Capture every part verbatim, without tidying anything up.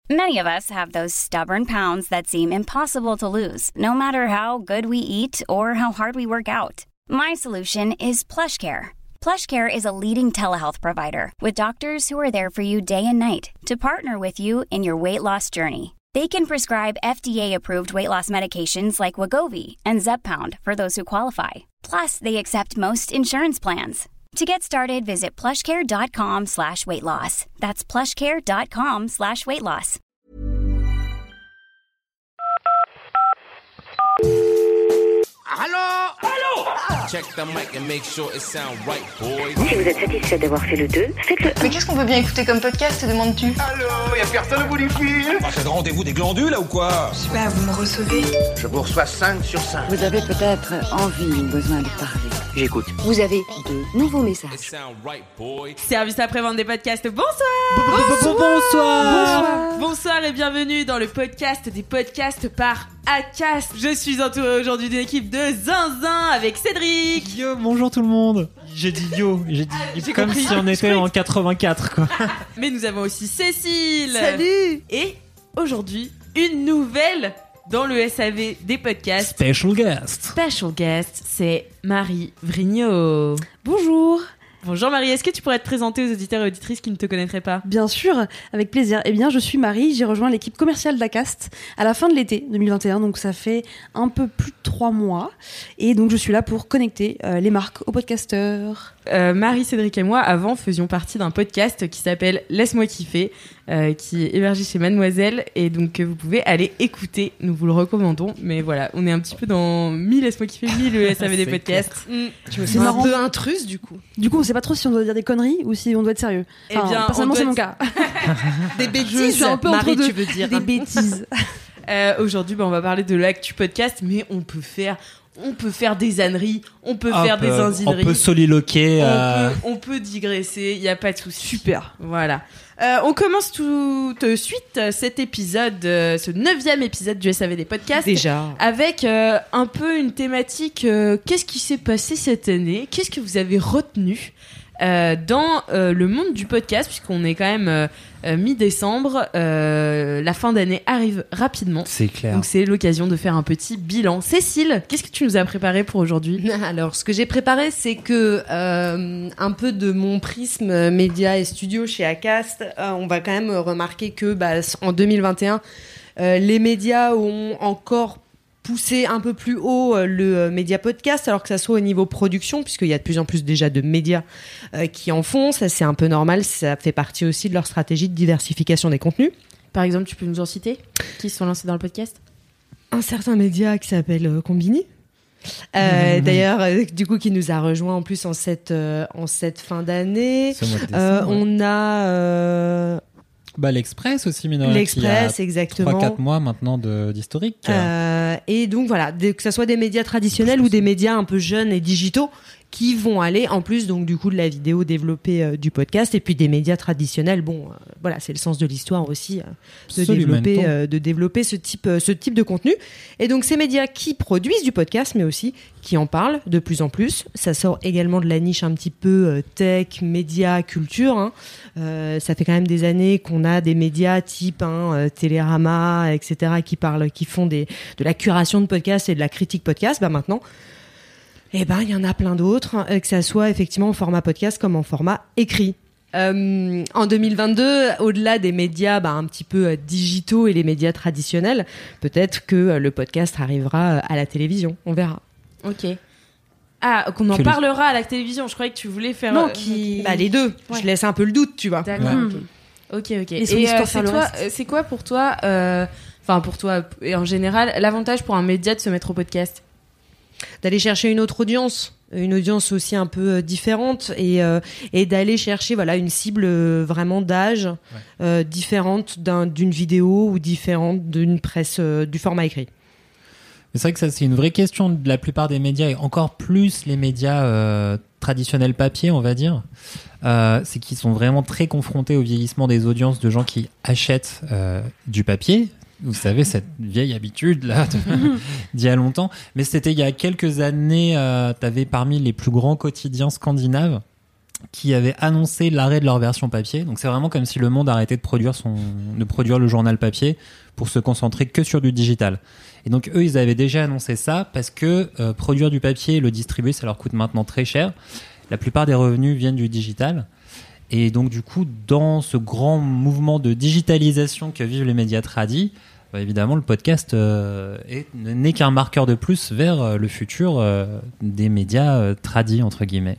Many of us have those stubborn pounds that seem impossible to lose, no matter how good we eat or how hard we work out. My solution is PlushCare. PlushCare is a leading telehealth provider with doctors who are there for you day and night to partner with you in your weight loss journey. They can prescribe F D A-approved weight loss medications like Wegovy and Zepbound for those who qualify. Plus, they accept most insurance plans. To get started, visit plushcare.com slash weight loss. That's plushcare.com slash weight loss. Allô? Allô? Check the mic and make sure it sound right, boys. Si vous êtes satisfait d'avoir fait le deux, faites-le. Mais qu'est-ce qu'on peut bien écouter comme podcast, te demandes-tu? Allô? Y'a personne au bout du fil? Ah, c'est le rendez-vous des glandules, là, ou quoi? Je sais pas, vous me recevez? Je vous reçois cinq sur cinq. Vous avez peut-être envie ou besoin de parler. J'écoute. Vous avez de nouveaux messages. It sound right, boys. Service après-vente des podcasts, bonsoir. Bonsoir. Bonsoir Bonsoir et bienvenue dans le podcast des podcasts par Acast. Je suis entouré aujourd'hui d'une équipe de zinzin avec Cédric. Yo, bonjour tout le monde. J'ai dit yo, j'ai dit Ah, j'ai comme compris. si on était en quatre-vingt-quatre quoi. Mais nous avons aussi Cécile. Salut. Et aujourd'hui, une nouvelle dans le S A V des podcasts. Special guest. Special guest, c'est Marie Vrigno. Bonjour. Bonjour Marie, est-ce que tu pourrais te présenter aux auditeurs et auditrices qui ne te connaîtraient pas ? Bien sûr, avec plaisir. Eh bien, je suis Marie, j'ai rejoint l'équipe commerciale d'Acast à la fin de l'été deux mille vingt et un, donc ça fait un peu plus de trois mois. Et donc, je suis là pour connecter euh, les marques aux podcasteurs. Euh, Marie, Cédric et moi, avant, faisions partie d'un podcast qui s'appelle Laisse-moi kiffer, euh, qui est hébergé chez Mademoiselle, et donc euh, vous pouvez aller écouter, nous vous le recommandons, mais voilà, on est un petit peu dans mi Laisse-moi kiffer, mi le S A V des podcasts. Mmh. Je me C'est sens marrant. un peu intruse du coup. Du coup, on sait pas trop si on doit dire des conneries ou si on doit être sérieux. Eh Enfin, bien, personnellement, on c'est doit mon être- cas. Des bêtises. Je suis un peu Marie, entre deux. tu veux dire Des bêtises. Euh, aujourd'hui, bah, on va parler de l'actu podcast, mais on peut faire... On peut faire des âneries, on peut faire Hop, des euh, zinzineries. On peut soliloquer. On, euh, peut, on peut digresser, il n'y a pas de souci. Super. Voilà. Euh, on commence tout de suite euh, cet épisode, euh, ce neuvième épisode du S A V des podcasts. Déjà. Avec euh, un peu une thématique, euh, qu'est-ce qui s'est passé cette année ? Qu'est-ce que vous avez retenu euh, dans euh, le monde du podcast, puisqu'on est quand même euh, euh, mi-décembre, euh, la fin d'année arrive rapidement. C'est clair. Donc c'est l'occasion de faire un petit bilan. Cécile, qu'est-ce que tu nous as préparé pour aujourd'hui ? Alors, ce que j'ai préparé, c'est que euh, un peu de mon prisme média et studio chez Acast, euh, on va quand même remarquer que bah, en deux mille vingt et un, euh, les médias ont encore poussé un peu plus haut euh, le euh, média podcast, alors que ça soit au niveau production, puisqu'il y a de plus en plus déjà de médias euh, qui en font. Ça, c'est un peu normal. Ça fait partie aussi de leur stratégie de diversification des contenus. Par exemple, tu peux nous en citer qui se sont lancés dans le podcast ? Un certain média qui s'appelle euh, Combini. Euh, d'ailleurs, euh, du coup, qui nous a rejoint en plus en cette, euh, en cette fin d'année. Ce mois de Euh, décembre, ouais. on a euh, Bah, l'Express aussi, mine de rien, l'Express, qui a exactement. trois quatre mois maintenant de, d'historique. Euh, et donc voilà, des- que ce soit des médias traditionnels ou des médias un peu jeunes et digitaux qui vont aller en plus donc du coup de la vidéo développer euh, du podcast, et puis des médias traditionnels. Bon, euh, voilà, c'est le sens de l'histoire aussi euh, de Absolument. développer euh, de développer ce type euh, ce type de contenu. Et donc ces médias qui produisent du podcast, mais aussi qui en parlent de plus en plus. Ça sort également de la niche un petit peu euh, tech, médias, culture. Hein. Euh, ça fait quand même des années qu'on a des médias type hein, euh, Télérama, et cetera, qui parlent, qui font des de la curation de podcasts et de la critique podcast. Bah maintenant. Eh ben, il y en a plein d'autres, euh, que ça soit effectivement en format podcast comme en format écrit. Euh, en deux mille vingt-deux, au-delà des médias bah, un petit peu euh, digitaux et les médias traditionnels, peut-être que euh, le podcast arrivera euh, à la télévision. On verra. Ok. Ah, qu'on en Que le- parlera à la télévision. Je croyais que tu voulais faire... Non, euh, qui... ok. bah, les deux. Ouais. Je laisse un peu le doute, tu vois. D'accord, Ouais. ok. Ok, ok. Et son Et histoire euh, faire c'est, le toi, reste. euh, c'est quoi pour toi, euh, enfin pour toi et en général, l'avantage pour un média de se mettre au podcast ? D'aller chercher une autre audience, une audience aussi un peu euh, différente, et, euh, et d'aller chercher voilà, une cible euh, vraiment d'âge euh, différente d'un, d'une vidéo ou différente d'une presse, euh, du format écrit. Mais c'est vrai que ça, c'est une vraie question de la plupart des médias, et encore plus les médias euh, traditionnels papier, on va dire. Euh, c'est qu'ils sont vraiment très confrontés au vieillissement des audiences de gens qui achètent euh, du papier. Vous savez, cette vieille habitude là de, d'il y a longtemps. Mais c'était il y a quelques années, euh, tu avais parmi les plus grands quotidiens scandinaves qui avaient annoncé l'arrêt de leur version papier. Donc c'est vraiment comme si le monde arrêtait de produire son, de produire le journal papier pour se concentrer que sur du digital. Et donc eux, ils avaient déjà annoncé ça parce que euh, produire du papier et le distribuer, ça leur coûte maintenant très cher. La plupart des revenus viennent du digital. Et donc du coup, dans ce grand mouvement de digitalisation que vivent les médias tradis, bah, évidemment, le podcast euh, est, n'est qu'un marqueur de plus vers euh, le futur euh, des médias euh, tradis, entre guillemets.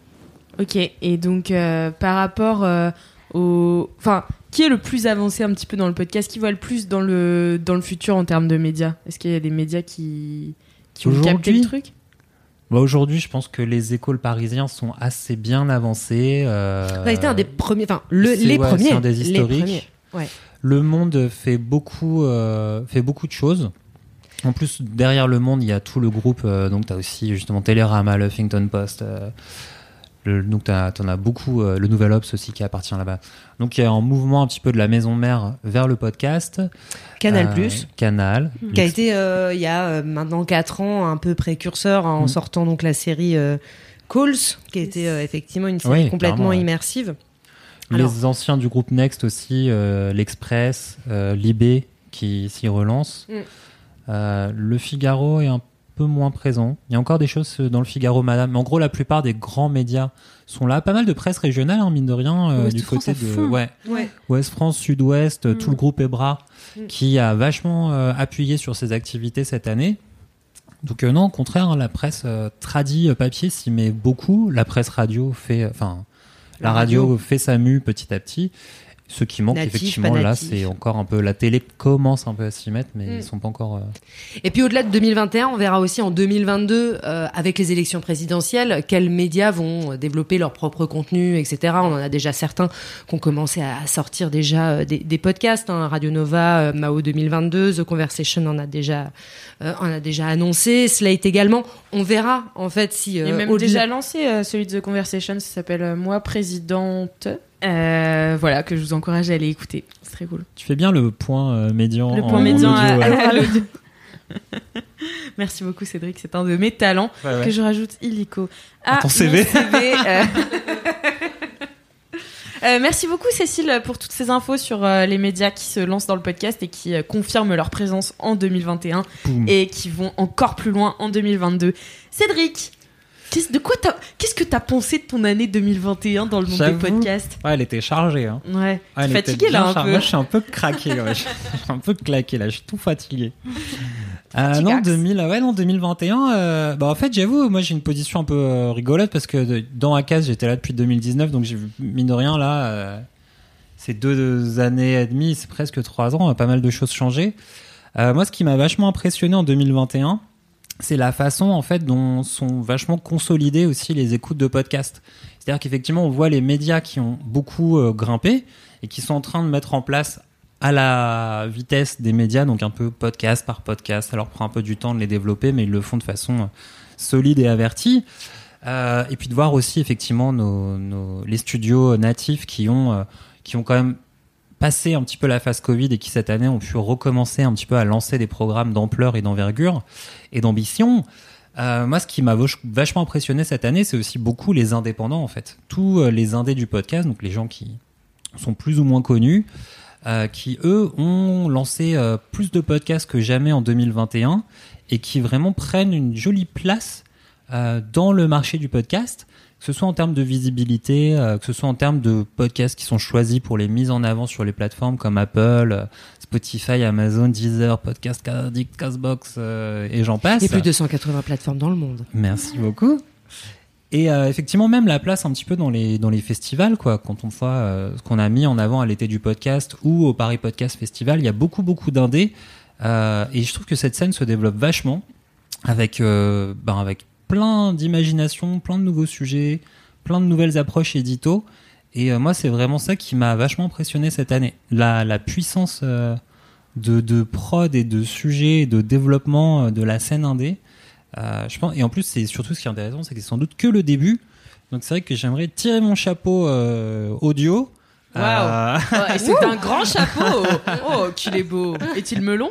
Ok, et donc euh, par rapport euh, au... Enfin, qui est le plus avancé un petit peu dans le podcast? Qui voit le plus dans le, dans le futur en termes de médias? Est-ce qu'il y a des médias qui, qui ont capté le truc? Bah aujourd'hui, je pense que les écoles parisiens sont assez bien avancés. Euh... Ça a été un des premiers, enfin le, c'est, les ouais, premiers. C'est un des historiques. Les ouais. Le Monde fait beaucoup, euh, fait beaucoup de choses. En plus, derrière Le Monde, il y a tout le groupe. Euh, donc, tu as aussi justement Télérama, le Huffington Post. Euh, le, donc, tu en as beaucoup. Euh, le Nouvel Obs aussi qui appartient là-bas. Donc, il y a un mouvement un petit peu de la maison mère vers le podcast. Canal+. Euh, Canal. Mmh. Qui a été, euh, il y a euh, maintenant quatre ans, un peu précurseur en mmh. sortant donc la série euh, Calls, qui était euh, effectivement une série oui, complètement ouais. immersive. Les Alors, anciens du groupe Next aussi, euh, l'Express, euh, Libé qui s'y relance. Mm. Euh, le Figaro est un peu moins présent. Il y a encore des choses dans le Figaro, madame. Mais en gros, la plupart des grands médias sont là. Pas mal de presse régionale, hein, mine de rien, euh, du côté de ouais. Ouais. Ouest France, Sud-Ouest, mm. tout le groupe Ebra, mm. qui a vachement euh, appuyé sur ses activités cette année. Donc euh, non, au contraire, hein, la presse euh, tradie papier s'y met beaucoup. La presse radio fait... enfin. La radio, radio fait sa mue petit à petit. Ce qui manque, natif, effectivement, là, c'est encore un peu... La télé commence un peu à s'y mettre, mais mm. ils sont pas encore... Euh... Et puis, au-delà de deux mille vingt et un, on verra aussi en deux mille vingt-deux, euh, avec les élections présidentielles, quels médias vont développer leur propre contenu, et cetera. On en a déjà certains qui ont commencé à sortir déjà euh, des, des podcasts. Hein. Radio Nova, euh, Mao deux mille vingt-deux, The Conversation en a déjà, euh, en a déjà annoncé. Slate également. On verra, en fait, si... Euh, Il est même au-delà... déjà lancé, euh, celui de The Conversation, ça s'appelle euh, « Moi, présidente ». Euh, voilà, que je vous encourage à aller écouter. C'est très cool. Tu fais bien le point euh, médian. Le point médian à, à, à l'audio. Merci beaucoup, Cédric. C'est un de mes talents ouais, ouais. que je rajoute illico à, à ton C V. C V euh... euh, merci beaucoup, Cécile, pour toutes ces infos sur euh, les médias qui se lancent dans le podcast et qui euh, confirment leur présence en deux mille vingt et un Boum. Et qui vont encore plus loin en deux mille vingt-deux. Cédric, Qu'est-ce, de quoi t'as, qu'est-ce que t'as pensé de ton année deux mille vingt et un dans le monde J'avoue. des podcasts? Ouais, elle était chargée. Hein. Ouais. ouais tu es fatiguée là un char- peu. Moi, je suis un peu craqué. Ouais. Je suis un peu claqué là. Je suis tout fatigué. euh, non, deux mille, ouais, non, deux mille vingt et un. Euh, bah, en fait, j'avoue, moi, j'ai une position un peu euh, rigolote parce que de, dans Acast, j'étais là depuis deux mille dix-neuf, donc j'ai vu mine de rien là. Euh, ces deux, deux années et demie, c'est presque trois ans, pas mal de choses changé. Euh, moi, ce qui m'a vachement impressionné en deux mille vingt et un. C'est la façon en fait dont sont vachement consolidées aussi les écoutes de podcasts. C'est-à-dire qu'effectivement, on voit les médias qui ont beaucoup euh, grimpé et qui sont en train de mettre en place à la vitesse des médias, donc un peu podcast par podcast. Ça leur prend un peu du temps de les développer, mais ils le font de façon euh, solide et avertie. Euh, et puis de voir aussi effectivement nos, nos, les studios natifs qui ont, euh, qui ont quand même passé un petit peu la phase Covid et qui cette année ont pu recommencer un petit peu à lancer des programmes d'ampleur et d'envergure et d'ambition. Euh, moi, ce qui m'a vachement impressionné cette année, c'est aussi beaucoup les indépendants en fait. Tous les indés du podcast, donc les gens qui sont plus ou moins connus, euh, qui eux ont lancé euh, plus de podcasts que jamais en deux mille vingt et un et qui vraiment prennent une jolie place euh, dans le marché du podcast. Que ce soit en termes de visibilité, euh, que ce soit en termes de podcasts qui sont choisis pour les mises en avant sur les plateformes comme Apple, euh, Spotify, Amazon, Deezer, Podcast Addict, Castbox euh, et j'en passe. Et plus de cent quatre-vingts plateformes dans le monde. Merci beaucoup. Et euh, effectivement, même la place un petit peu dans les, dans les festivals, quoi. Quand on voit euh, ce qu'on a mis en avant à l'été du podcast ou au Paris Podcast Festival, il y a beaucoup, beaucoup d'indés. Euh, et je trouve que cette scène se développe vachement avec, euh, ben avec plein d'imagination, plein de nouveaux sujets, plein de nouvelles approches édito. Et euh, moi, c'est vraiment ça qui m'a vachement impressionné cette année. La, la puissance euh, de, de prod et de sujets et de développement euh, de la scène indé. Euh, je pense, et en plus, c'est surtout ce qui est intéressant, c'est que c'est sans doute que le début. Donc c'est vrai que j'aimerais tirer mon chapeau euh, audio. Waouh! Euh... Oh, et c'est un grand chapeau! Oh, qu'il est beau! Est-il melon?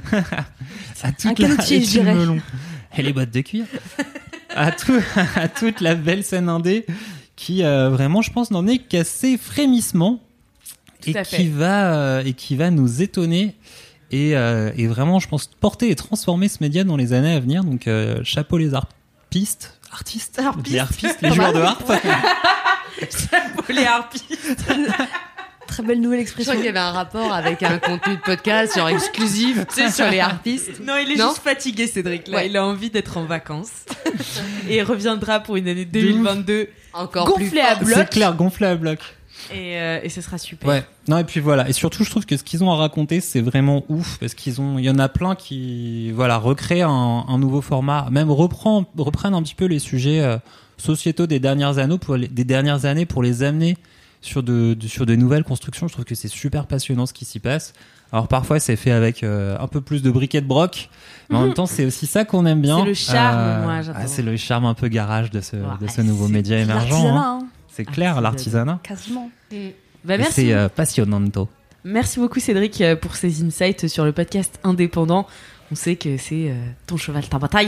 À toute un canotier, je dirais. Et les bottes de cuir. à, tout, à toute la belle scène indé qui euh, vraiment, je pense, n'en est qu'à ses frémissements Tout et à fait. qui va euh, et qui va nous étonner et, euh, et vraiment, je pense, porter et transformer ce média dans les années à venir. Donc, euh, chapeau les harpistes, artistes, Harpistes. les harpistes, les joueurs de harpe. Chapeau les harpistes. Très belle nouvelle Je expression. crois qu'il y avait un rapport avec un contenu de podcast genre exclusif, tu sais, sur les harpistes. Non, il est Non juste fatigué, Cédric. Là, Ouais. il a envie d'être en vacances et il reviendra pour une année deux mille vingt-deux Encore gonflé plus à fort. bloc. C'est clair, gonflé à bloc. Et, euh, et ce sera super. Ouais. Non, et puis voilà. Et surtout, je trouve que ce qu'ils ont à raconter, c'est vraiment ouf parce qu'ils ont, il y en a plein qui, voilà, recréent un, un nouveau format, même reprend, reprennent un petit peu les sujets euh, sociétaux des dernières années pour les, des dernières années pour les amener sur de, de sur de nouvelles constructions. Je trouve que c'est super passionnant ce qui s'y passe. Alors parfois c'est fait avec euh, un peu plus de briquet de broc, mais en même temps c'est aussi ça qu'on aime bien. C'est le charme, moi, j'adore. ah, c'est le charme un peu garage de ce, Ouais, de ce nouveau c'est média émergent. L'artisanat, hein. hein, C'est clair, l'artisanat. quasiment. Bah, Et merci. C'est euh, passionnanto. Merci beaucoup, Cédric, euh, pour ces insights sur le podcast indépendant. On sait que c'est euh, ton cheval, ta bataille.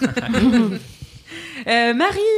Euh,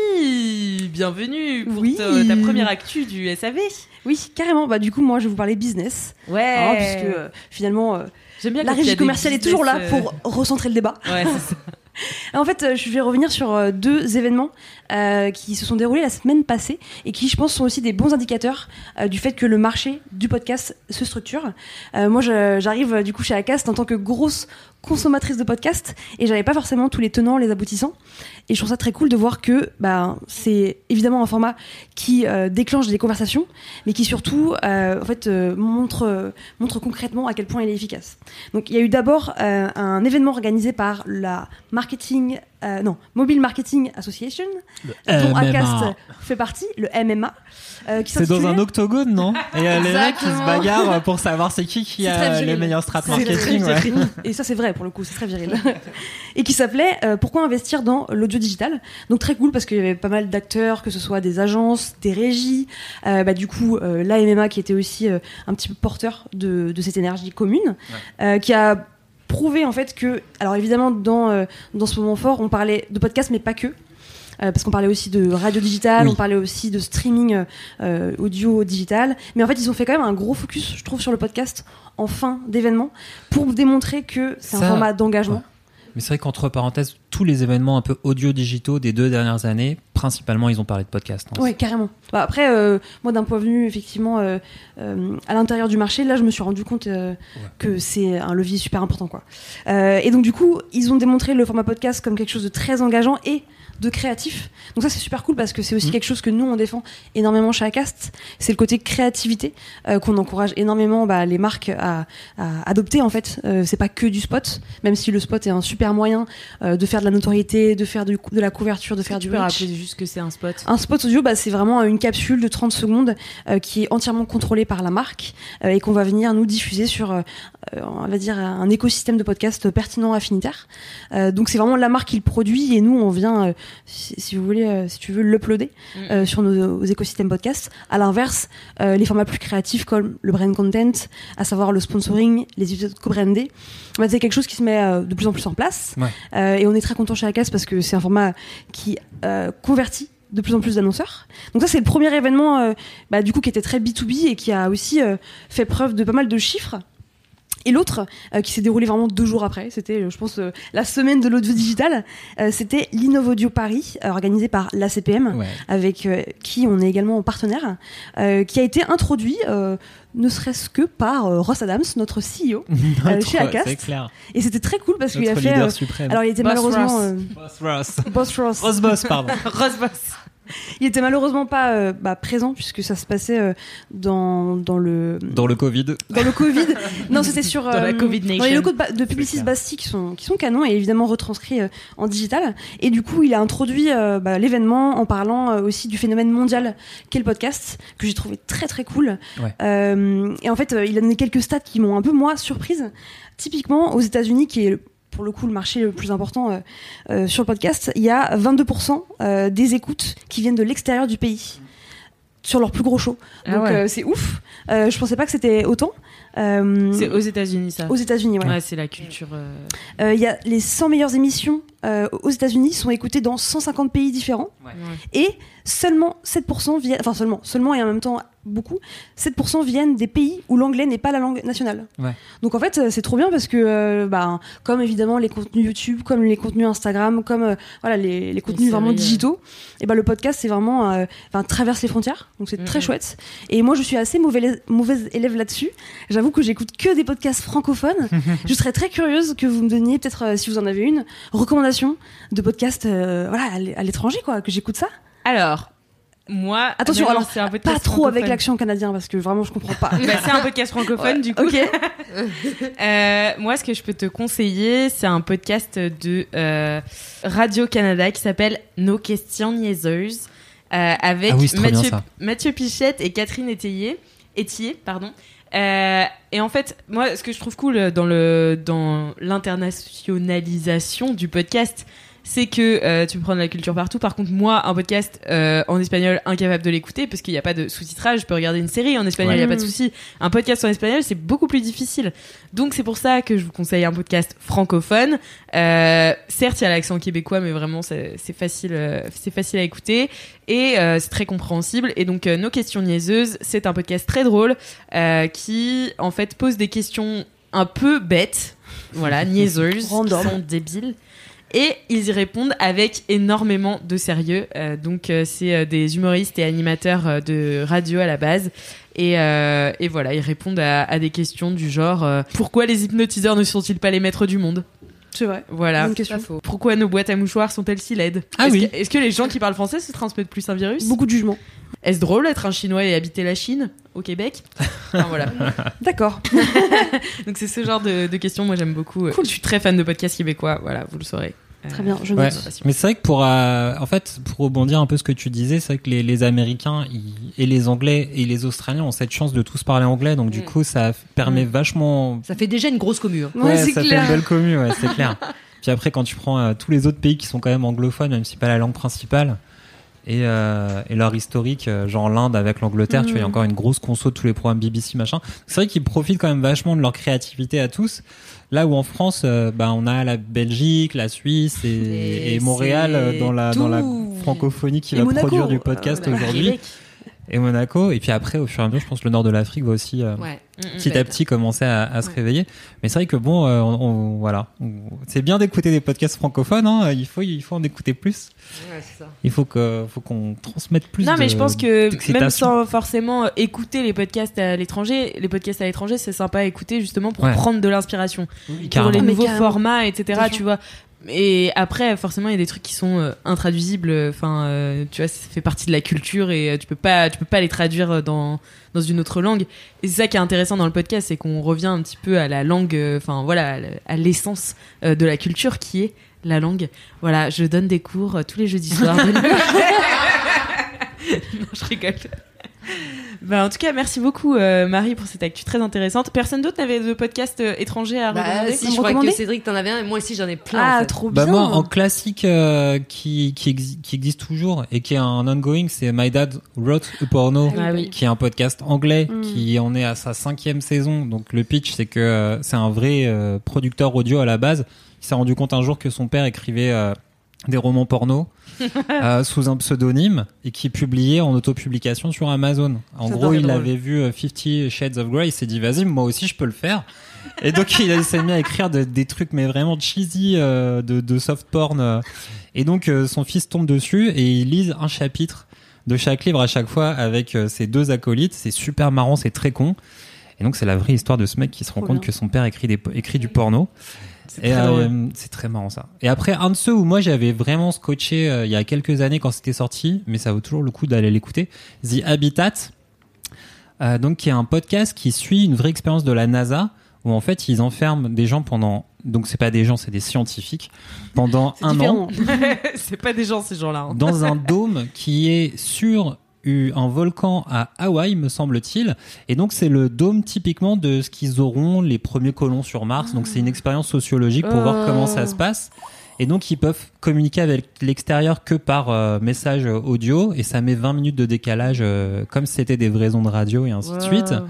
Marie, bienvenue pour Oui. ta, ta première actu du S A V. Oui, carrément. Bah, du coup, moi, je vais vous parler business. Ouais. Hein, puisque euh, finalement, euh, J'aime bien la quand il y a régie des commerciale est business, toujours là euh, pour recentrer le débat. Ouais, c'est ça. En fait, euh, je vais revenir sur euh, deux événements euh, qui se sont déroulés la semaine passée et qui, je pense, sont aussi des bons indicateurs euh, du fait que le marché du podcast se structure. Euh, moi, je- j'arrive euh, du coup chez Acast en tant que grosse consommatrice de podcasts et j'avais pas forcément tous les tenants, les aboutissants. Et je trouve ça très cool de voir que bah, c'est évidemment un format qui euh, déclenche des conversations, mais qui surtout euh, en fait, euh, montre, euh, montre concrètement à quel point il est efficace. Donc il y a eu d'abord euh, un événement organisé par la marketing, euh, non, Mobile Marketing Association, dont M M A. Acast fait partie, le M M A, euh, qui C'est dans s'intitulait- un octogone, non? Et euh, les mecs qui se Exactement. bagarrent pour savoir c'est qui qui C'est a très les viril. meilleurs strates C'est très marketing. ouais. viril. Et ça, c'est vrai pour le coup, c'est très viril. Et qui s'appelait euh, Pourquoi investir dans l'audio digital. Donc très cool parce qu'il y avait pas mal d'acteurs, que ce soit des agences, des régies. Euh, bah, du coup, euh, l'A M M A qui était aussi euh, un petit peu porteur de, de cette énergie commune, euh, qui a prouvé en fait que, alors évidemment dans euh, dans ce moment fort, on parlait de podcast, mais pas que. Euh, parce qu'on parlait aussi de radio digitale, Oui. on parlait aussi de streaming euh, audio digital. Mais en fait, ils ont fait quand même un gros focus, je trouve, sur le podcast en fin d'événement pour démontrer que c'est un Ça, format d'engagement. ouais. Mais c'est vrai qu'entre parenthèses, tous les événements un peu audio-digitaux des deux dernières années, principalement, ils ont parlé de podcast. hein. Ouais, carrément. Bah, après, euh, moi, d'un point de vue, effectivement, euh, euh, à l'intérieur du marché, là, je me suis rendu compte euh, que c'est un levier super important, quoi. Euh, et donc, du coup, ils ont démontré le format podcast comme quelque chose de très engageant et de créatif. Donc ça, c'est super cool parce que c'est aussi Mmh. quelque chose que nous, on défend énormément chez Acast. C'est le côté créativité euh, qu'on encourage énormément bah, les marques à, à adopter, en fait. Euh, c'est pas que du spot, même si le spot est un super moyen euh, de faire de la notoriété, de faire du, de la couverture, de faire Tu du peux reach. rappeler juste que c'est un spot. Un spot audio, bah, c'est vraiment une capsule de trente secondes euh, qui est entièrement contrôlée par la marque euh, et qu'on va venir nous diffuser sur, euh, on va dire, un écosystème de podcast pertinent, affinitaire. Euh, donc c'est vraiment la marque qui le produit et nous, on vient, euh, si, si vous voulez, euh, si tu veux, l'uploader euh, sur nos, nos écosystèmes podcast. À l'inverse, euh, les formats plus créatifs comme le brand content, à savoir le sponsoring, les épisodes co-brandés, bah, c'est quelque chose qui se met euh, de plus en plus en place. Ouais. Euh, et on est très content chez Acast parce que c'est un format qui euh, convertit de plus en plus d'annonceurs. Donc ça, c'est le premier événement euh, bah, du coup qui était très B deux B et qui a aussi euh, fait preuve de pas mal de chiffres. Et l'autre, euh, qui s'est déroulé vraiment deux jours après, c'était, euh, je pense, euh, la semaine de l'audio digital, euh, c'était l'Innov Audio Paris, euh, organisé par l'A C P M, Ouais. avec euh, qui on est également partenaire, euh, qui a été introduit, euh, ne serait-ce que par euh, Ross Adams, notre C E O. Notre- chez Acast. C'est clair. Et c'était très cool parce qu'il a Notre fait... leader euh, suprême. alors il était Boss malheureusement... Ross. euh, Boss Ross. Boss Ross. Ross Boss, pardon. Rosebus. Il était malheureusement pas euh, bah, présent puisque ça se passait euh, dans, dans le... Dans le Covid. Dans le Covid. Non, c'était sur Dans la Covid dans les Nation. locaux de, ba- de Publicis clair. Bastille qui sont qui sont canons et évidemment retranscrits euh, en digital. Et du coup, il a introduit euh, bah, l'événement en parlant euh, aussi du phénomène mondial qu'est le podcast, que j'ai trouvé très très cool. Ouais. Euh, et en fait, euh, il a donné quelques stats qui m'ont un peu moi surprise. Typiquement, aux États-Unis, qui est le- pour le coup le marché le plus important euh, euh, sur le podcast, il y a vingt-deux pour cent euh, des écoutes qui viennent de l'extérieur du pays sur leur plus gros show. Ah Donc ouais. euh, c'est ouf. Euh, je pensais pas que c'était autant. Euh, C'est aux États-Unis, ça. Aux États-Unis, ouais. Ouais, c'est la culture. euh, Euh, Il y a les cent meilleures émissions euh, aux États-Unis sont écoutées dans cent cinquante pays différents. ouais. Et seulement sept pour cent viennent, enfin seulement, seulement et en même temps beaucoup, sept pour cent viennent des pays où l'anglais n'est pas la langue nationale. Ouais. Donc en fait, euh, c'est trop bien parce que, euh, bah, comme évidemment les contenus YouTube, comme les contenus Instagram, comme euh, voilà les, les contenus séries, vraiment euh. digitaux, et ben le podcast c'est vraiment, euh, enfin traverse les frontières, donc c'est Mhm. très chouette. Et moi je suis assez mauvaise, mauvaise élève là-dessus. J'avoue que j'écoute que des podcasts francophones. Je serais très curieuse que vous me donniez peut-être, euh, si vous en avez une, recommandation de podcasts, euh, voilà à l- à l'étranger quoi, que j'écoute ça. Alors, moi. Attention, maintenant, alors, c'est un podcast Pas trop avec francophone. l'accent canadien parce que vraiment je comprends pas. Bah, c'est un podcast francophone, du coup. Ok. Euh, moi, ce que je peux te conseiller, c'est un podcast de euh, Radio-Canada qui s'appelle Nos questions niaiseuses, euh, avec Ah oui, c'est trop bien, Mathieu, ça. Mathieu Pichette et Catherine Étayer, Étier, pardon. Euh, et en fait, moi, ce que je trouve cool dans le dans l'internationalisation du podcast, c'est que euh, tu peux prendre la culture partout. Par contre, moi, un podcast euh, en espagnol, incapable de l'écouter parce qu'il n'y a pas de sous-titrage. Je peux regarder une série en espagnol, il Ouais. n'y a pas de souci. Un podcast en espagnol, c'est beaucoup plus difficile. Donc, c'est pour ça que je vous conseille un podcast francophone. Euh, certes, il y a l'accent québécois, mais vraiment, c'est, c'est facile, euh, c'est facile à écouter et euh, c'est très compréhensible. Et donc, euh, Nos questions niaiseuses, c'est un podcast très drôle euh, qui, en fait, pose des questions un peu bêtes, voilà, niaiseuses, Random. qui sont débiles. Et ils y répondent avec énormément de sérieux. Euh, donc, euh, c'est euh, des humoristes et animateurs euh, de radio à la base. Et, euh, et voilà, ils répondent à, à des questions du genre euh, pourquoi les hypnotiseurs ne sont-ils pas les maîtres du monde ? C'est vrai. Voilà. Bonne question. Pourquoi nos boîtes à mouchoirs sont-elles si laides ? Ah est-ce oui. que, est-ce que les gens qui parlent français se transmettent plus un virus ? Beaucoup de jugements. Est-ce drôle d'être un Chinois et habiter la Chine, au Québec ? Enfin, voilà. D'accord. Donc, c'est ce genre de, de questions. Moi, j'aime beaucoup. Cool. Je suis très fan de podcasts québécois. Voilà, vous le saurez. Très bien, je Ouais. note. Mais c'est vrai que pour, euh, en fait, pour rebondir un peu ce que tu disais, c'est vrai que les, les Américains ils- et les Anglais et les Australiens ont cette chance de tous parler anglais, donc du Mm. coup, ça permet Mm. vachement. Ça fait déjà une grosse commu. hein. Ouais, c'est ça clair. fait une belle commu, ouais, c'est clair. Puis après, quand tu prends euh, tous les autres pays qui sont quand même anglophones, même si c'est pas la langue principale, et, euh, et leur historique, euh, genre l'Inde avec l'Angleterre, tu vois, il y a encore une grosse conso de tous les programmes B B C, machin. C'est vrai qu'ils profitent quand même vachement de leur créativité à tous. Là où en France, euh, bah, on a la Belgique, la Suisse et, Et et Montréal c'est euh, dans la, dans la tout. francophonie qui Et va Monaco, produire du podcast euh, aujourd'hui. Québec. Et Monaco. Et puis après, au fur et à mesure, je pense que le nord de l'Afrique va aussi euh, Ouais. petit à petit commencer à, à se réveiller. Mais c'est vrai que bon, euh, on, on- voilà, On- c'est bien d'écouter des podcasts francophones. Hein, il faut, il faut en écouter plus. Ouais, c'est ça. Il faut que, faut qu'on transmette plus. Non, mais de- je pense que même d'excitation. sans forcément euh, écouter les podcasts à l'étranger, les podcasts à l'étranger, c'est sympa à écouter justement pour Ouais. prendre de l'inspiration pour Carrément. les Mais nouveaux carrément. formats, et cetera. Attention. Tu vois. Et après, forcément, il y a des trucs qui sont euh, intraduisibles. Enfin, euh, tu vois, ça fait partie de la culture et euh, tu peux pas, tu peux pas les traduire dans dans une autre langue. Et c'est ça qui est intéressant dans le podcast, c'est qu'on revient un petit peu à la langue, euh, enfin voilà, à l- à l'essence euh, de la culture qui est la langue. Voilà, je donne des cours euh, tous les jeudis soirs. de- non, je rigole. Bah, en tout cas, merci beaucoup euh, Marie pour cette actu très intéressante. Personne d'autre n'avait de podcast euh, étranger à Bah, recommander si, Vous je crois recommandez que Cédric, t'en avais un, et moi aussi j'en ai plein. Ah, en fait. trop Bah bien. moi, en classique euh, qui qui, exi- qui existe toujours et qui est un ongoing, c'est My Dad Wrote a Porno, Ah oui. qui est un podcast anglais Mm. qui en est à sa cinquième saison. Donc le pitch, c'est que euh, c'est un vrai euh, producteur audio à la base. Il s'est rendu compte un jour que son père écrivait euh, des romans porno euh, sous un pseudonyme et qui publiait en autopublication sur Amazon. En J'adore, gros, c'est il drôle. avait vu euh, Fifty Shades of Grey, il s'est dit vas-y, moi aussi je peux le faire. Et donc il s'est mis à écrire de- des trucs mais vraiment cheesy euh, de, de soft porn. euh. Et donc euh, son fils tombe dessus et il lise un chapitre de chaque livre à chaque fois avec euh, ses deux acolytes. C'est super marrant, c'est très con. Et donc c'est la vraie histoire de ce mec qui se rend Trop compte bien. que son père écrit, des, écrit du porno. C'est Et très euh, drôle. c'est très marrant ça. Et après, un de ceux où moi j'avais vraiment scotché euh, il y a quelques années quand c'était sorti, mais ça vaut toujours le coup d'aller l'écouter, The Habitat, euh, donc qui est un podcast qui suit une vraie expérience de la NASA, où en fait ils enferment des gens pendant, donc c'est pas des gens, c'est des scientifiques, pendant C'est un an différent. c'est pas des gens ces gens-là. hein. dans un dôme qui est sur eu un volcan à Hawaï, me semble-t-il. Et donc, c'est le dôme typiquement de ce qu'ils auront les premiers colons sur Mars. Donc, c'est une expérience sociologique pour voir comment ça se passe. Et donc, ils peuvent communiquer avec l'extérieur que par euh, message audio. Et ça met vingt minutes de décalage, euh, comme si c'était des vrais ondes radio et ainsi de suite.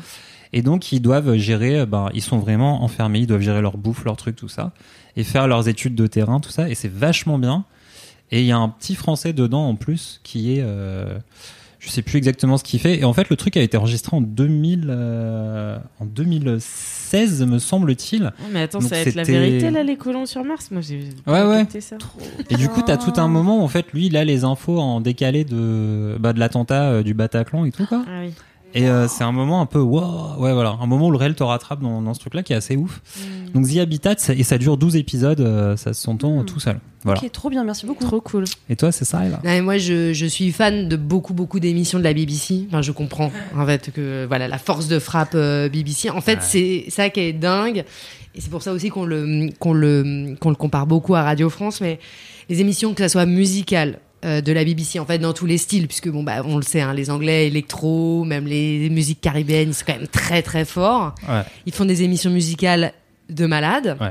Et donc, ils doivent gérer, ben, ils sont vraiment enfermés, ils doivent gérer leur bouffe, leur truc, tout ça, et faire leurs études de terrain, tout ça. Et c'est vachement bien. Et il y a un petit Français dedans, en plus, qui est... Euh, je sais plus exactement ce qu'il fait. Et en fait, le truc a été enregistré en deux mille, euh, en deux mille seize, me semble-t-il. Oh, mais attends, donc, ça va être la c'était... vérité, là, les colons sur Mars? Moi, j'ai ouais, ouais. capté ça. Et du coup, t'as tout un moment où, en fait, lui, il a les infos en décalé de, bah, de l'attentat euh, du Bataclan et tout, quoi. Ah oui. Et euh, c'est un moment un peu wow, ouais voilà, un moment où le réel te rattrape dans, dans ce truc là qui est assez ouf. Mm. Donc The Habitat, ça, et ça dure douze épisodes, euh, ça s'entend mm. tout seul. Voilà. Ok, trop bien, merci beaucoup. Trop cool. Et toi, c'est ça, là Non, mais moi, je, je suis fan de beaucoup, beaucoup d'émissions de la B B C. Enfin, je comprends, en fait, que voilà, la force de frappe euh, B B C. En fait, ouais. c'est ça qui est dingue. Et c'est pour ça aussi qu'on le, qu'on le, qu'on le compare beaucoup à Radio France. Mais les émissions, que ça soit musicales, euh, de la B B C, en fait, dans tous les styles, puisque, bon, bah, on le sait, hein, les Anglais, électro, même les musiques caribéennes, ils sont quand même très, très forts. Ouais. Ils font des émissions musicales de malades. Ouais.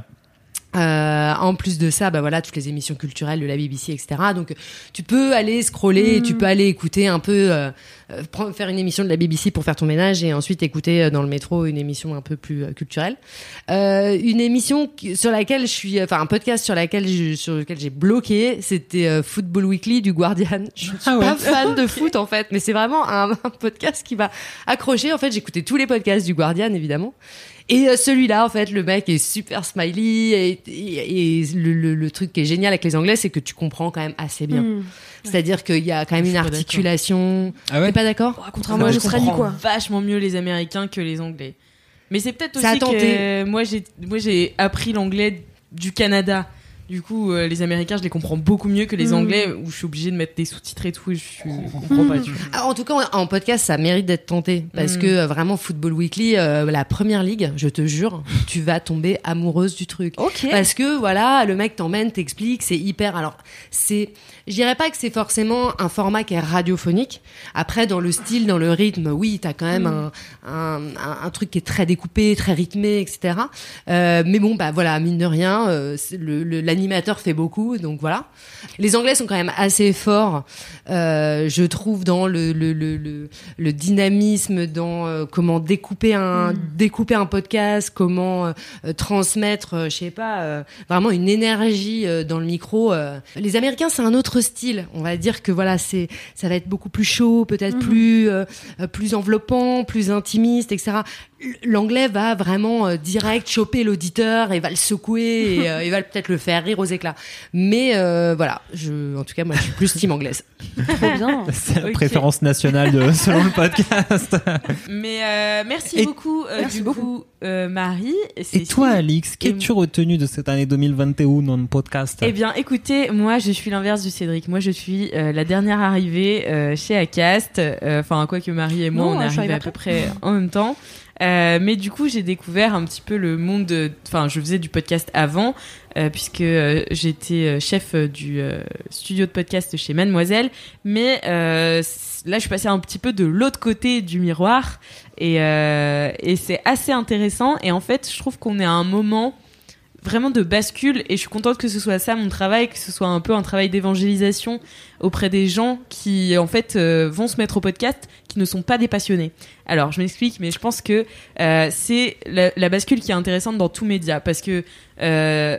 Euh, en plus de ça, bah voilà, toutes les émissions culturelles de la B B C, et cetera. Donc, tu peux aller scroller, mmh. tu peux aller écouter un peu, euh, euh, faire une émission de la B B C pour faire ton ménage et ensuite écouter euh, dans le métro une émission un peu plus euh, culturelle. Euh, une émission qui, sur laquelle je suis, enfin un podcast sur laquelle je, sur lequel j'ai bloqué, c'était euh, Football Weekly du Guardian. Je suis ah ouais. pas fan de foot en fait, mais c'est vraiment un, un podcast qui m'a accroché. En fait, j'écoutais tous les podcasts du Guardian évidemment. Et euh, celui-là, en fait, le mec est super smiley et, et, et le, le, le truc qui est génial avec les Anglais, c'est que tu comprends quand même assez bien. Mmh. C'est-à-dire qu'il y a quand même une articulation. Ah ouais. T'es pas d'accord? oh, Contrairement à l'Australie, quoi. Vachement mieux les Américains que les Anglais. Mais c'est peut-être aussi que moi j'ai, moi j'ai appris l'anglais du Canada. Du coup, euh, les Américains, je les comprends beaucoup mieux que les mmh. Anglais, où je suis obligée de mettre des sous-titres et tout, et je, suis... je comprends mmh. pas du tout. En tout cas, en podcast, ça mérite d'être tenté, parce mmh. que euh, vraiment, Football Weekly, euh, la première ligue, je te jure, tu vas tomber amoureuse du truc. Okay. Parce que, voilà, le mec t'emmène, t'explique, c'est hyper... Alors, c'est... Je dirais pas que c'est forcément un format qui est radiophonique. Après, dans le style, dans le rythme, oui, t'as quand même mmh. un, un, un, un truc qui est très découpé, très rythmé, et cetera. Euh, mais bon, bah voilà, mine de rien, euh, le, le, l'animateur fait beaucoup, donc voilà. Les Anglais sont quand même assez forts, euh, je trouve, dans le, le, le, le, le dynamisme, dans euh, comment découper un, mmh. découper un podcast, comment euh, transmettre, euh, je sais pas, euh, vraiment une énergie euh, dans le micro. Euh. Les Américains, c'est un autre style. On va dire que voilà, c'est, ça va être beaucoup plus chaud, peut-être mmh. plus, euh, plus enveloppant, plus intimiste, et cetera. L'anglais va vraiment euh, direct choper l'auditeur et va le secouer et, euh, et va peut-être le faire rire aux éclats. Mais euh, voilà, je, en tout cas, moi, je suis plus team anglaise. Trop bien. C'est la okay. préférence nationale de, selon le podcast. Mais euh, merci et beaucoup, euh, merci du beaucoup. coup, euh, Marie. Et, et toi, Alix, qu'as-tu m- retenu de cette année deux mille vingt et un dans le podcast? Eh bien, écoutez, moi, je suis l'inverse du Cédric. Moi, je suis euh, la dernière arrivée euh, chez Acast. Enfin, euh, quoi que Marie et moi, non, on est arrivés à peu près en même temps. Euh, mais du coup, j'ai découvert un petit peu le monde. Enfin, je faisais du podcast avant, euh, puisque euh, j'étais chef du euh, studio de podcast chez Mademoiselle. Mais euh, là, je suis passée un petit peu de l'autre côté du miroir, et, euh, et c'est assez intéressant. Et en fait, je trouve qu'on est à un moment vraiment de bascule, et je suis contente que ce soit ça mon travail, que ce soit un peu un travail d'évangélisation auprès des gens qui en fait euh, vont se mettre au podcast, qui ne sont pas des passionnés. Alors je m'explique, mais je pense que euh, c'est la, la bascule qui est intéressante dans tout média, parce que enfin euh,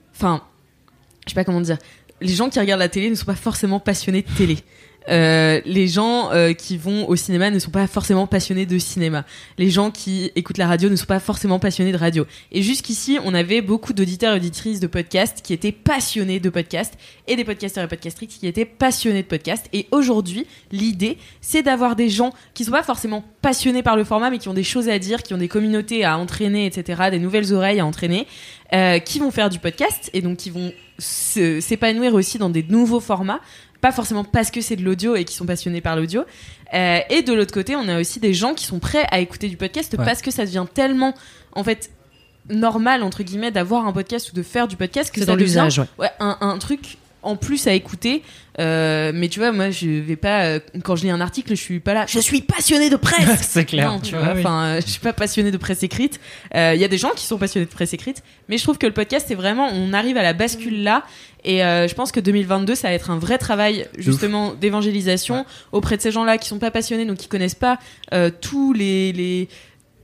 je sais pas comment dire, les gens qui regardent la télé ne sont pas forcément passionnés de télé. Euh, les gens euh, qui vont au cinéma ne sont pas forcément passionnés de cinéma. Les gens qui écoutent la radio ne sont pas forcément passionnés de radio. Et jusqu'ici, on avait beaucoup d'auditeurs et auditrices de podcasts qui étaient passionnés de podcasts, et des podcasteurs et podcastrices qui étaient passionnés de podcasts. Et aujourd'hui, l'idée, c'est d'avoir des gens qui sont pas forcément passionnés par le format, mais qui ont des choses à dire, qui ont des communautés à entraîner, et cetera, des nouvelles oreilles à entraîner, euh, qui vont faire du podcast, et donc qui vont se, s'épanouir aussi dans des nouveaux formats. Pas forcément parce que c'est de l'audio et qui sont passionnés par l'audio. Euh, et de l'autre côté, on a aussi des gens qui sont prêts à écouter du podcast ouais. parce que ça devient tellement, en fait, normal, entre guillemets, d'avoir un podcast ou de faire du podcast que c'est ça dans devient l'usage, ouais. Ouais, un, un truc en plus à écouter. Euh, mais tu vois, moi, je vais pas, euh, quand je lis un article, je suis pas là, je suis passionné de presse. C'est clair. Non, tu vois, enfin, oui. euh, je suis pas passionné de presse écrite. Il euh, y a des gens qui sont passionnés de presse écrite, mais je trouve que le podcast, c'est vraiment, on arrive à la bascule là. Et euh, je pense que deux mille vingt-deux, ça va être un vrai travail, justement, Ouf. d'évangélisation ouais. auprès de ces gens-là qui sont pas passionnés, donc qui connaissent pas euh, tous les, les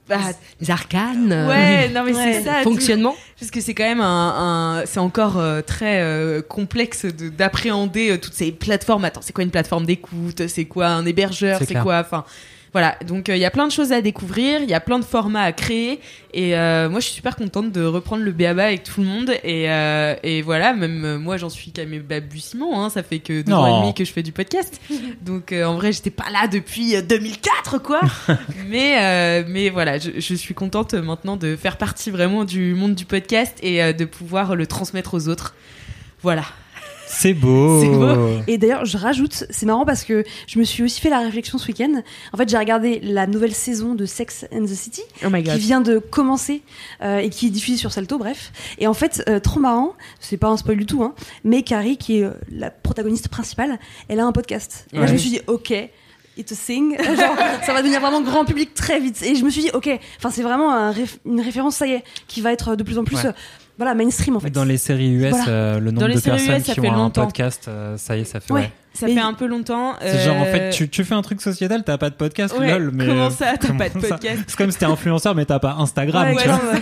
bah, des arcanes. Ouais, non mais Ouais. c'est ça. Fonctionnement. tout. Parce que c'est quand même un, un c'est encore euh, très euh, complexe de, d'appréhender euh, toutes ces plateformes. Attends, c'est quoi une plateforme d'écoute ? C'est quoi un hébergeur ? C'est C'est, clair. quoi Enfin. Voilà, donc il euh, y a plein de choses à découvrir, il y a plein de formats à créer, et euh, moi je suis super contente de reprendre le B A B A avec tout le monde, et, euh, et voilà, même euh, moi j'en suis qu'à mes balbutiements, hein, ça fait que deux Non. ans et demi que je fais du podcast, donc euh, en vrai j'étais pas là depuis euh, deux mille quatre quoi, mais, euh, mais voilà, je, je suis contente maintenant de faire partie vraiment du monde du podcast et euh, de pouvoir le transmettre aux autres, voilà. C'est beau. C'est beau. Et d'ailleurs, je rajoute, c'est marrant parce que je me suis aussi fait la réflexion ce week-end. En fait, j'ai regardé la nouvelle saison de Sex and the City Oh my qui god. vient de commencer euh, et qui est diffusée sur Salto, bref. Et en fait, euh, trop marrant, c'est pas un spoil du tout, hein, mais Carrie, qui est euh, la protagoniste principale, elle a un podcast. Et là, Ouais. je me suis dit, ok, it's a thing. Genre, ça va devenir vraiment grand public très vite. Et je me suis dit, ok, enfin, c'est vraiment un réf- une référence, ça y est, qui va être de plus en plus, Ouais. euh, voilà, mainstream en fait. Dans les séries U S, Voilà. euh, le nombre Dans les de séries personnes U S, ça qui fait ont un longtemps. podcast, euh, ça y est, ça fait. Ouais. Ouais. Ça Mais- fait un peu longtemps. C'est genre en euh, fait, tu, tu fais un truc sociétal, t'as pas de podcast, ouais, lol, mais comment euh, ça, t'as comment pas de ça podcast C'est comme si t'es influenceur, mais t'as pas Instagram, Ouais, tu ouais, vois. ouais.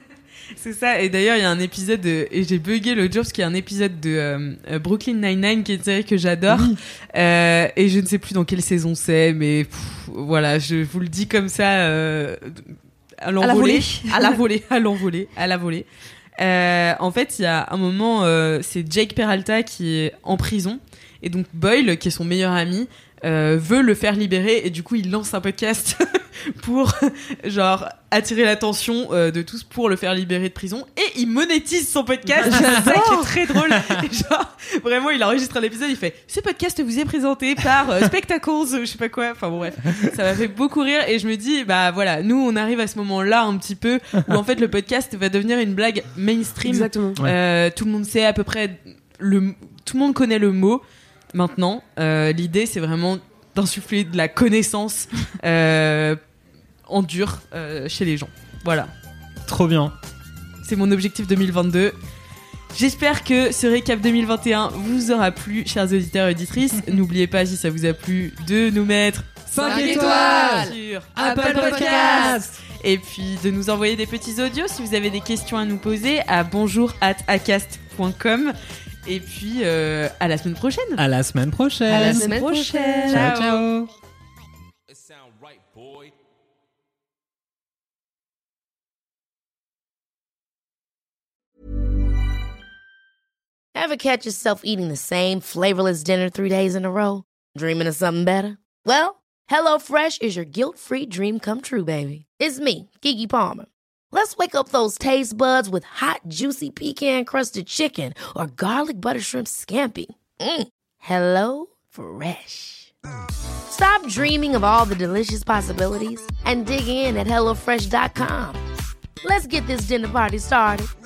C'est ça, et d'ailleurs il y a un épisode de... et j'ai bugué l'autre jour parce qu'il y a un épisode de euh, euh, Brooklyn Nine-Nine qui est une série que j'adore, euh, et je ne sais plus dans quelle saison c'est, mais pff, voilà, je vous le dis comme ça, euh, à l'envolée, volée. à la volée, à l'envolée, à la volée. Euh, en fait, il y a un moment, euh, c'est Jake Peralta qui est en prison, et donc Boyle, qui est son meilleur ami, euh, veut le faire libérer, et du coup il lance un podcast pour genre attirer l'attention euh, de tous pour le faire libérer de prison, et il monétise son podcast. C'est ça qui est très drôle. Et genre vraiment il enregistre un épisode, il fait ce podcast vous est présenté par euh, Spectacles, je sais pas quoi, enfin bon bref, ça m'a fait beaucoup rire, et je me dis bah voilà, nous on arrive à ce moment là un petit peu où en fait le podcast va devenir une blague mainstream. Exactement. Ouais. Euh, tout le monde sait à peu près le, tout le monde connaît le mot maintenant. Euh, l'idée c'est vraiment d'insuffler de la connaissance euh, en dur euh, chez les gens. Voilà, Trop bien. c'est mon objectif deux mille vingt-deux. J'espère que ce récap deux mille vingt et un vous aura plu, chers auditeurs et auditrices. N'oubliez pas, si ça vous a plu, de nous mettre cinq étoiles sur Apple Podcast. et puis de nous envoyer des petits audios si vous avez des questions à nous poser à bonjour arobase acast point com. Et puis euh, à la semaine prochaine. À la semaine prochaine. À la semaine semaine prochaine. Ciao, ciao. It sound right, boy. Ever catch yourself eating the same flavorless dinner three days in a row? Dreaming of something better? Well, HelloFresh is your guilt-free dream come true, baby. It's me, Keke Palmer. Let's wake up those taste buds with hot, juicy pecan-crusted chicken or garlic butter shrimp scampi. Mm. Hello Fresh. Stop dreaming of all the delicious possibilities and dig in at hello fresh dot com. Let's get this dinner party started.